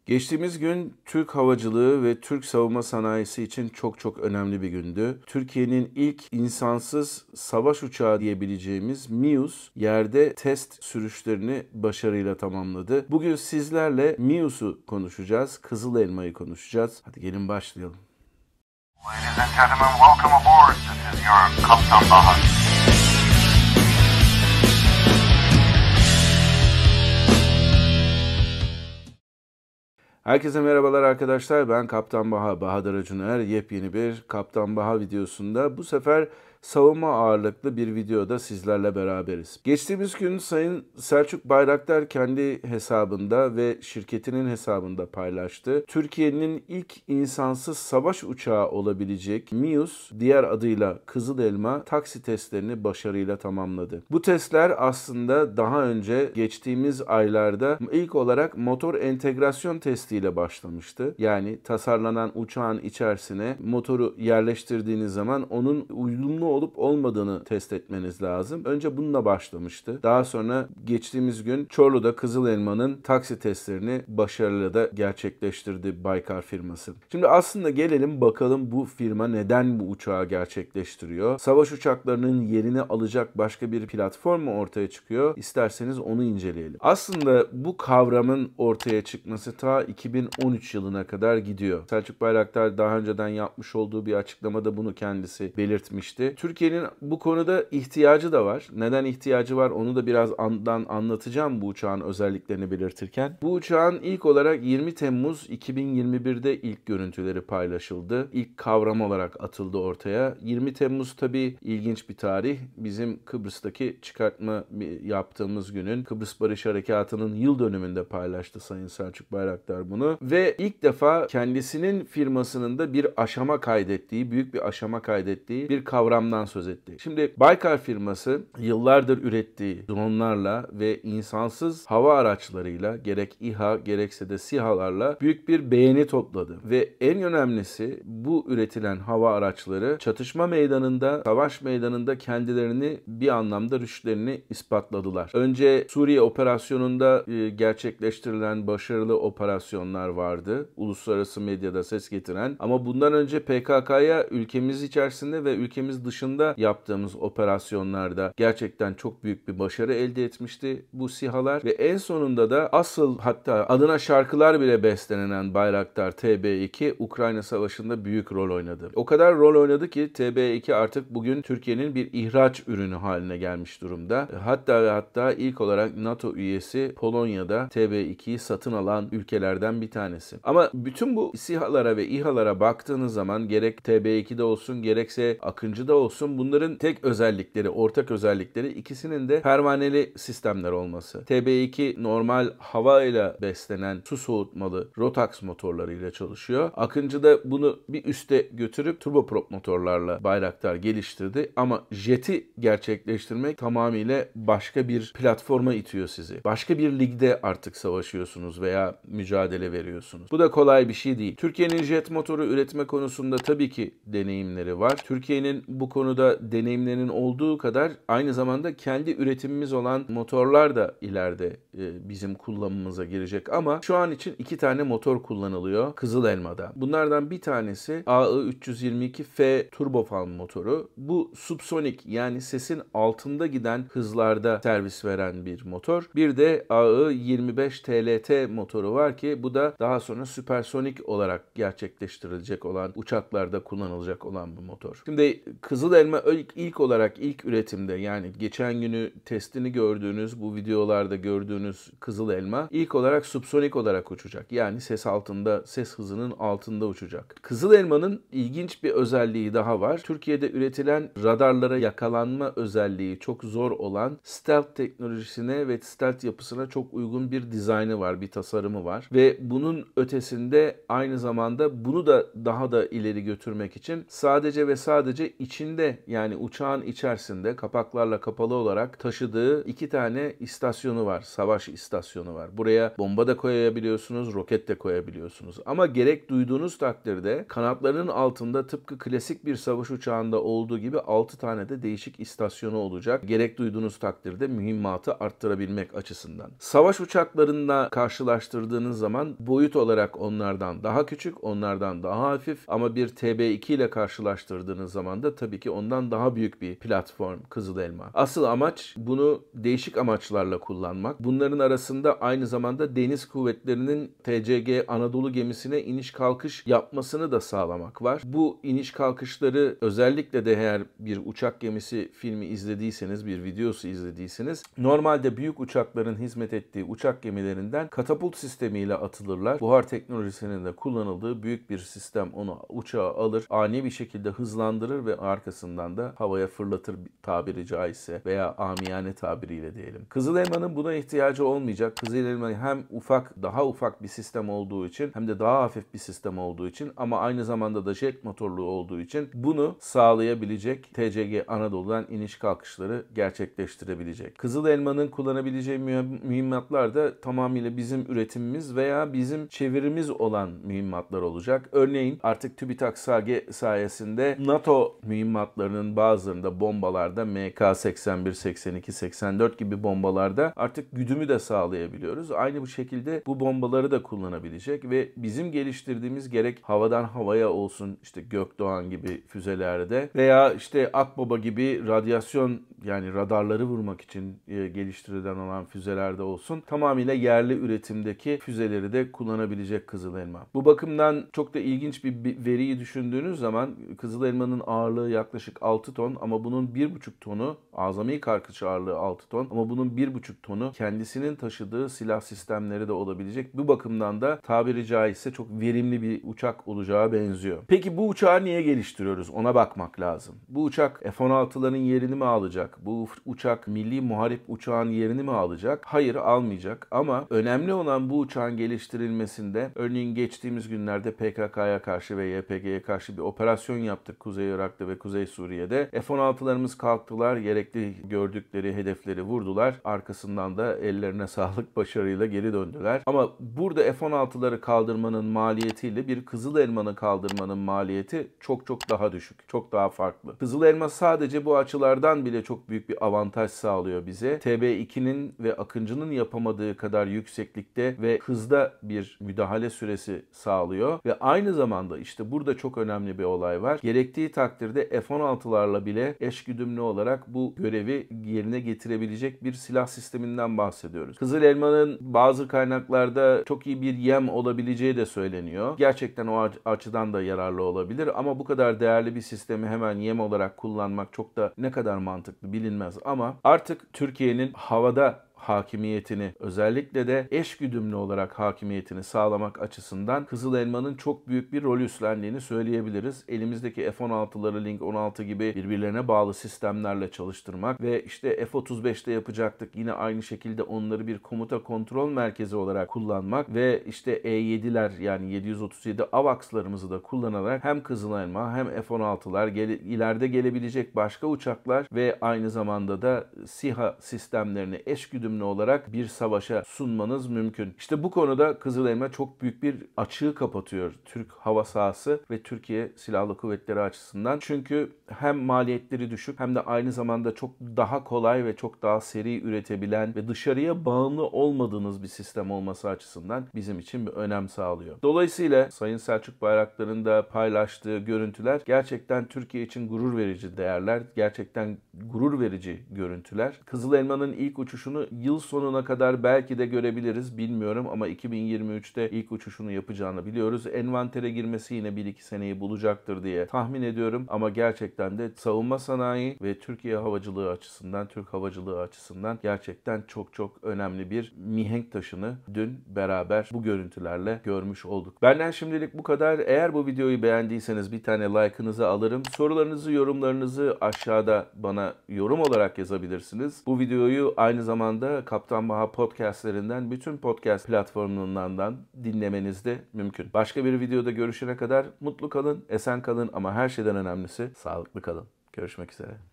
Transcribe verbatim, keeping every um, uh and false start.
Geçtiğimiz gün Türk havacılığı ve Türk savunma sanayisi için çok çok önemli bir gündü. Türkiye'nin ilk insansız savaş uçağı diyebileceğimiz MİUS yerde test sürüşlerini başarıyla tamamladı. Bugün sizlerle MİUS'u konuşacağız, Kızıl Elma'yı konuşacağız. Hadi gelin başlayalım. Ladies and gentlemen, welcome aboard. This is your Kaptan Baha. Herkese merhabalar arkadaşlar. Ben Kaptan Baha, Bahadır Acuner. Yepyeni bir Kaptan Baha videosunda bu sefer savunma ağırlıklı bir videoda sizlerle beraberiz. Geçtiğimiz gün Sayın Selçuk Bayraktar kendi hesabında ve şirketinin hesabında paylaştı. Türkiye'nin ilk insansız savaş uçağı olabilecek MİUS, diğer adıyla Kızıl Elma, taksi testlerini başarıyla tamamladı. Bu testler aslında daha önce geçtiğimiz aylarda ilk olarak motor entegrasyon testiyle başlamıştı. Yani tasarlanan uçağın içerisine motoru yerleştirdiğiniz zaman onun uyumlu olup olmadığını test etmeniz lazım. Önce bununla başlamıştı. Daha sonra geçtiğimiz gün Çorlu'da Kızıl Elma'nın taksi testlerini başarıyla da gerçekleştirdi Baykar firması. Şimdi aslında gelelim bakalım bu firma neden bu uçağı gerçekleştiriyor? Savaş uçaklarının yerini alacak başka bir platform mu ortaya çıkıyor? İsterseniz onu inceleyelim. Aslında bu kavramın ortaya çıkması ta iki bin on üç yılına kadar gidiyor. Selçuk Bayraktar daha önceden yapmış olduğu bir açıklamada bunu kendisi belirtmişti. Türkiye'nin bu konuda ihtiyacı da var. Neden ihtiyacı var onu da biraz andan anlatacağım bu uçağın özelliklerini belirtirken. Bu uçağın ilk olarak yirmi Temmuz iki bin yirmi bir'de ilk görüntüleri paylaşıldı. İlk kavram olarak atıldı ortaya. yirmi Temmuz tabii ilginç bir tarih. Bizim Kıbrıs'taki çıkartma yaptığımız günün Kıbrıs Barış Harekatı'nın yıl dönümünde paylaştı Sayın Selçuk Bayraktar bunu. Ve ilk defa kendisinin firmasının da bir aşama kaydettiği, büyük bir aşama kaydettiği bir kavramdan söz etti. Şimdi Baykar firması yıllardır ürettiği dronlarla ve insansız hava araçlarıyla gerek İHA gerekse de SİHA'larla büyük bir beğeni topladı. Ve en önemlisi bu üretilen hava araçları çatışma meydanında, savaş meydanında kendilerini bir anlamda rüştlerini ispatladılar. Önce Suriye operasyonunda gerçekleştirilen başarılı operasyonlar vardı. Uluslararası medyada ses getiren. Ama bundan önce P K K'ya ülkemiz içerisinde ve ülkemiz dışında yaptığımız operasyonlarda gerçekten çok büyük bir başarı elde etmişti bu SİHA'lar ve en sonunda da asıl hatta adına şarkılar bile bestelenen Bayraktar T B iki Ukrayna Savaşı'nda büyük rol oynadı. O kadar rol oynadı ki T B iki artık bugün Türkiye'nin bir ihraç ürünü haline gelmiş durumda. Hatta ve hatta ilk olarak NATO üyesi Polonya'da T B iki'yi satın alan ülkelerden bir tanesi. Ama bütün bu SİHA'lara ve İHA'lara baktığınız zaman gerek T B iki'de olsun gerekse Akıncı'da olsun bunların tek özellikleri, ortak özellikleri ikisinin de pervaneli sistemler olması. T B iki normal havayla beslenen su soğutmalı Rotax motorlarıyla çalışıyor. Akıncı'da bunu bir üste götürüp turboprop motorlarla Bayraktar geliştirdi ama jeti gerçekleştirmek tamamıyla başka bir platforma itiyor sizi. Başka bir ligde artık savaşıyorsunuz veya mücadele veriyorsunuz. Bu da kolay bir şey değil. Türkiye'nin jet motoru üretme konusunda tabii ki deneyimleri var. Türkiye'nin bu konuda deneyimlerinin olduğu kadar aynı zamanda kendi üretimimiz olan motorlar da ileride e, bizim kullanımımıza girecek ama şu an için iki tane motor kullanılıyor Kızıl Elma'da. Bunlardan bir tanesi A I üç yüz yirmi iki F turbofan motoru. Bu subsonik yani sesin altında giden hızlarda servis veren bir motor. Bir de A I yirmi beş T L T motoru var ki bu da daha sonra süpersonik olarak gerçekleştirilecek olan uçaklarda kullanılacak olan bu motor. Şimdi Kızıl Elma ilk, ilk olarak ilk üretimde yani geçen günü testini gördüğünüz bu videolarda gördüğünüz Kızıl Elma ilk olarak subsonik olarak uçacak. Yani ses altında, ses hızının altında uçacak. Kızıl Elma'nın ilginç bir özelliği daha var. Türkiye'de üretilen radarlara yakalanma özelliği çok zor olan stealth teknolojisine ve stealth yapısına çok uygun bir dizaynı var, bir tasarımı var. Ve bunun ötesinde aynı zamanda bunu da daha da ileri götürmek için sadece ve sadece için içinde yani uçağın içerisinde kapaklarla kapalı olarak taşıdığı iki tane istasyonu var. Savaş istasyonu var. Buraya bomba da koyabiliyorsunuz, roket de koyabiliyorsunuz. Ama gerek duyduğunuz takdirde kanatlarının altında tıpkı klasik bir savaş uçağında olduğu gibi altı tane de değişik istasyonu olacak. Gerek duyduğunuz takdirde mühimmatı arttırabilmek açısından. Savaş uçaklarında karşılaştırdığınız zaman boyut olarak onlardan daha küçük, onlardan daha hafif ama bir T B iki ile karşılaştırdığınız zaman da tabii ki ondan daha büyük bir platform Kızıl Elma. Asıl amaç bunu değişik amaçlarla kullanmak. Bunların arasında aynı zamanda deniz kuvvetlerinin T C G Anadolu gemisine iniş kalkış yapmasını da sağlamak var. Bu iniş kalkışları özellikle de eğer bir uçak gemisi filmi izlediyseniz, bir videosu izlediyseniz normalde büyük uçakların hizmet ettiği uçak gemilerinden katapult sistemiyle atılırlar. Buhar teknolojisinin de kullanıldığı büyük bir sistem onu uçağa alır, ani bir şekilde hızlandırır ve arkasından da havaya fırlatır tabiri caizse veya amiyane tabiriyle diyelim. Kızıl Elma'nın buna ihtiyacı olmayacak. Kızıl Elma hem ufak, daha ufak bir sistem olduğu için hem de daha hafif bir sistem olduğu için ama aynı zamanda da jet motorlu olduğu için bunu sağlayabilecek, T C G Anadolu'dan iniş kalkışları gerçekleştirebilecek. Kızıl Elma'nın kullanabileceği mühimmatlar da tamamıyla bizim üretimimiz veya bizim çevirimiz olan mühimmatlar olacak. Örneğin artık TÜBİTAK SAGE sayesinde NATO mühimmatlarının bazılarında bombalarda M K seksen bir, seksen iki, seksen dört gibi bombalarda artık güdümü de sağlayabiliyoruz. Aynı bu şekilde bu bombaları da kullanabilecek ve bizim geliştirdiğimiz gerek havadan havaya olsun işte Gökdoğan gibi füzelerde veya işte Akbaba gibi radyasyon yani radarları vurmak için e, geliştirilen olan füzelerde olsun tamamıyla yerli üretimdeki füzeleri de kullanabilecek Kızıl Elma. Bu bakımdan çok da ilginç bir, bir veriyi düşündüğünüz zaman Kızıl Elma'nın ağırlığı yaklaşık altı ton ama bunun bir buçuk tonu azami kalkış ağırlığı altı ton ama bunun bir buçuk tonu kendisinin taşıdığı silah sistemleri de olabilecek. Bu bakımdan da tabiri caizse çok verimli bir uçak olacağı benziyor. Peki bu uçağı niye geliştiriyoruz? Ona bakmak lazım. Bu uçak F on altıların yerini mi alacak? Bu uçak milli muharip uçağın yerini mi alacak? Hayır, almayacak ama önemli olan bu uçağın geliştirilmesinde örneğin geçtiğimiz günlerde P K K'ya karşı ve Y P G'ye karşı bir operasyon yaptık Kuzey Irak'ta ve Kuzey Suriye'de. F on altılarımız kalktılar, gerekli gördükleri hedefleri vurdular. Arkasından da ellerine sağlık başarıyla geri döndüler. Ama burada F on altıları kaldırmanın maliyetiyle bir Kızıl Elma'nı kaldırmanın maliyeti çok çok daha düşük. Çok daha farklı. Kızıl Elma sadece bu açılardan bile çok büyük bir avantaj sağlıyor bize. T B ikinin ve Akıncı'nın yapamadığı kadar yükseklikte ve hızda bir müdahale süresi sağlıyor ve aynı zamanda işte burada çok önemli bir olay var. Gerektiği takdirde F on altılarla bile eşgüdümlü olarak bu görevi yerine getirebilecek bir silah sisteminden bahsediyoruz. Kızıl Elma'nın bazı kaynaklarda çok iyi bir yem olabileceği de söyleniyor. Gerçekten o açıdan da yararlı olabilir ama bu kadar değerli bir sistemi hemen yem olarak kullanmak çok da ne kadar mantıklı bilinmez ama artık Türkiye'nin havada hakimiyetini özellikle de eşgüdümlü olarak hakimiyetini sağlamak açısından Kızıl Elma'nın çok büyük bir rol üstlendiğini söyleyebiliriz. Elimizdeki F on altıları Link on altı gibi birbirlerine bağlı sistemlerle çalıştırmak ve işte F otuz beşte yapacaktık yine aynı şekilde onları bir komuta kontrol merkezi olarak kullanmak ve işte E yediler yani yedi yüz otuz yedi AVAX'larımızı da kullanarak hem Kızıl Elma hem F on altılar gele, ileride gelebilecek başka uçaklar ve aynı zamanda da SİHA sistemlerini eşgüdümlü olarak bir savaşa sunmanız mümkün. İşte bu konuda Kızıl Elma çok büyük bir açığı kapatıyor Türk hava sahası ve Türkiye Silahlı Kuvvetleri açısından. Çünkü hem maliyetleri düşük hem de aynı zamanda çok daha kolay ve çok daha seri üretebilen ve dışarıya bağımlı olmadığınız bir sistem olması açısından bizim için bir önem sağlıyor. Dolayısıyla Sayın Selçuk Bayraktar'ın da paylaştığı görüntüler gerçekten Türkiye için gurur verici değerler. Gerçekten gurur verici görüntüler. Kızıl Elma'nın ilk uçuşunu yıl sonuna kadar belki de görebiliriz bilmiyorum ama iki bin yirmi üçte ilk uçuşunu yapacağını biliyoruz. Envantere girmesi yine bir iki seneyi bulacaktır diye tahmin ediyorum ama gerçekten de savunma sanayi ve Türkiye havacılığı açısından, Türk havacılığı açısından gerçekten çok çok önemli bir mihenk taşını dün beraber bu görüntülerle görmüş olduk. Benden şimdilik bu kadar. Eğer bu videoyu beğendiyseniz bir tane like'ınızı alırım. Sorularınızı, yorumlarınızı aşağıda bana yorum olarak yazabilirsiniz. Bu videoyu aynı zamanda Kaptan Baha podcastlerinden bütün podcast platformlarından dinlemeniz de mümkün. Başka bir videoda görüşene kadar mutlu kalın, esen kalın ama her şeyden önemlisi sağlıklı kalın. Görüşmek üzere.